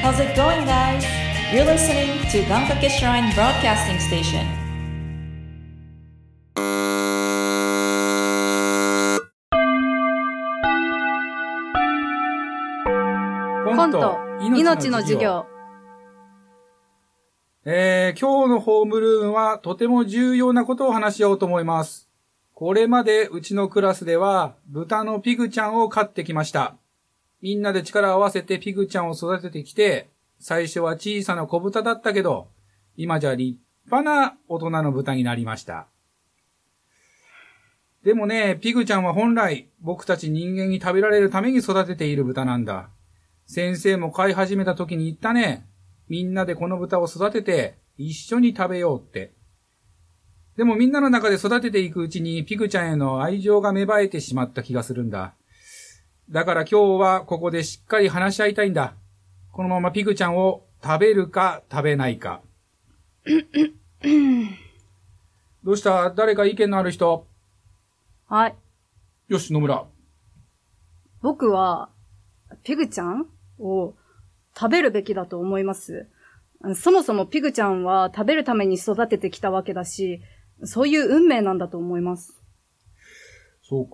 How's it going, guys? You're listening to Gankake Shrine Broadcasting Station. コント、命の授業。今日のホームルームはとても重要なことを話しようと思います。これまでうちのクラスでは豚のピグちゃんを飼ってきました。みんなで力を合わせてピグちゃんを育ててきて、最初は小さな子豚だったけど、今じゃ立派な大人の豚になりました。でもね、ピグちゃんは本来僕たち人間に食べられるために育てている豚なんだ。先生も飼い始めた時に言ったね。みんなでこの豚を育てて一緒に食べようって。でもみんなの中で育てていくうちにピグちゃんへの愛情が芽生えてしまった気がするんだ。だから今日はここでしっかり話し合いたいんだ。このままピグちゃんを食べるか食べないか。どうした？誰か意見のある人？ はい。 よし、野村。 僕は、ピグちゃんを食べるべきだと思います。そもそもピグちゃんは食べるために育ててきたわけだし、そういう運命なんだと思います。 そう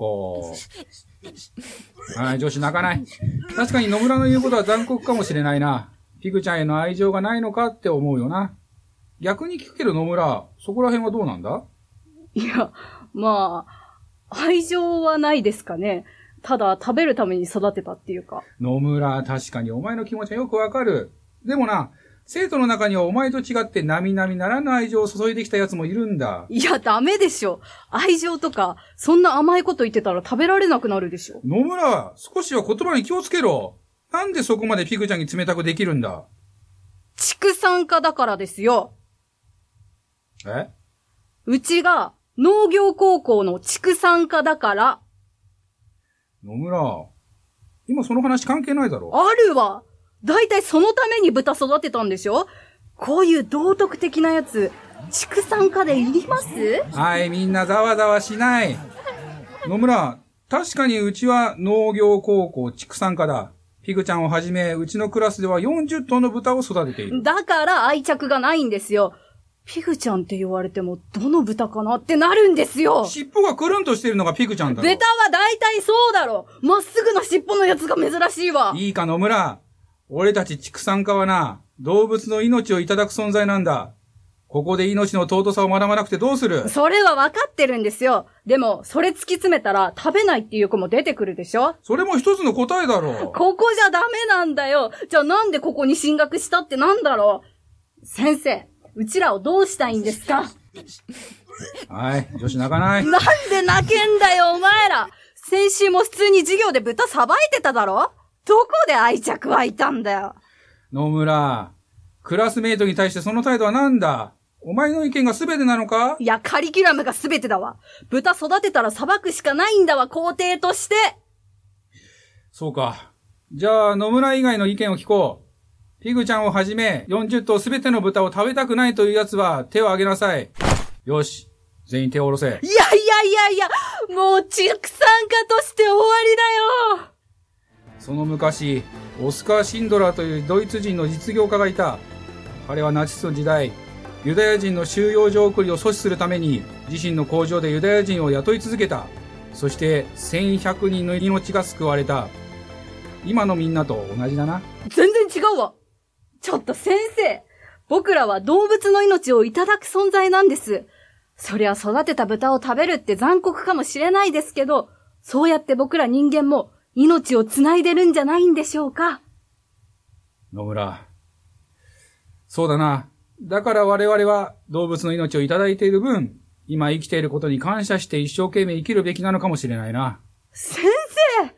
か。はい、女子泣かない。確かに野村の言うことは残酷かもしれないな。ピグちゃんへの愛情がないのかって思うよな。逆に聞くけど野村、そこら辺はどうなんだ？ いや、まあ、愛情はないですかね。ただ食べるために育てたっていうか。 野村、確かにお前の気持ちはよくわかる。でもな、生徒の中にはお前と違って並々ならぬ愛情を注いできた奴もいるんだ。 いや、ダメでしょ。愛情とか、そんな甘いこと言ってたら食べられなくなるでしょ。 野村、少しは言葉に気をつけろ。なんでそこまでピグちゃんに冷たくできるんだ？ 畜産家だからですよ。 え？ うちが農業高校の畜産家だから。 野村、今その話関係ないだろ。 あるわ。だいたいそのために豚育てたんでしょ？こういう道徳的なやつ、畜産家でいります？ はい、みんなざわざわしない。野村、確かにうちは農業高校畜産科だ。ピグちゃんをはじめ、うちのクラスでは40頭の豚を育てている。 だから愛着がないんですよ。ピグちゃんって言われても、どの豚かなってなるんですよ。 尻尾がくるんとしてるのがピグちゃんだろ。 豚は大体そうだろ。まっすぐな尻尾のやつが珍しいわ。 いいか野村。俺たち畜産家はな、動物の命をいただく存在なんだ。ここで命の尊さを学ばなくてどうする？ それは分かってるんですよ。でも、それ突き詰めたら食べないっていう子も出てくるでしょ？ それも一つの答えだろう。 ここじゃダメなんだよ。じゃあなんでここに進学したってなんだろう？先生、うちらをどうしたいんですか？ はい、女子泣かない。 なんで泣けんだよ、お前ら。先週も普通に授業で豚さばいてただろ？どこで愛着湧いたんだよ。 野村、クラスメイトに対してその態度はなんだ？お前の意見が全てなのか？ いや、カリキュラムが全てだわ。豚育てたらさばくしかないんだわ、工程として。 そうか。じゃあ、野村以外の意見を聞こう。ピグちゃんをはじめ、40頭全ての豚を食べたくないという奴は手を挙げなさい。よし。全員手を下ろせ。 いや、もう畜産家として終わりだよ。 その昔、オスカー・シンドラーというドイツ人の実業家がいた。彼はナチスの時代、ユダヤ人の収容所送りを阻止するために、自身の工場でユダヤ人を雇い続けた。そして、1100人の命が救われた。今のみんなと同じだな。 全然違うわ。ちょっと先生、僕らは動物の命をいただく存在なんです。そりゃ育てた豚を食べるって残酷かもしれないですけど、そうやって僕ら人間も命をつないでるんじゃないんでしょうか。 野村。そうだな。だから我々は動物の命をいただいている分、今生きていることに感謝して一生懸命生きるべきなのかもしれないな。 先生！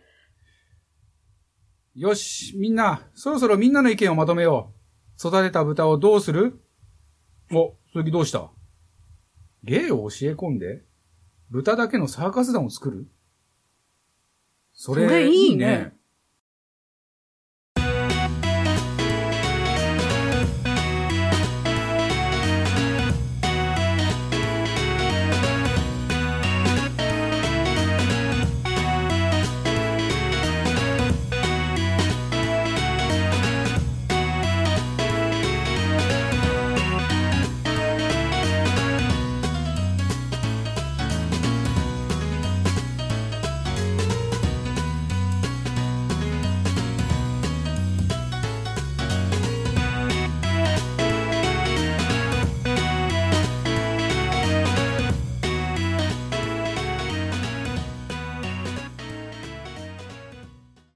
よし、みんな、そろそろみんなの意見をまとめよう。育てた豚をどうする？お、鈴木どうした？芸を教え込んで豚だけのサーカス団を作る？それいいね。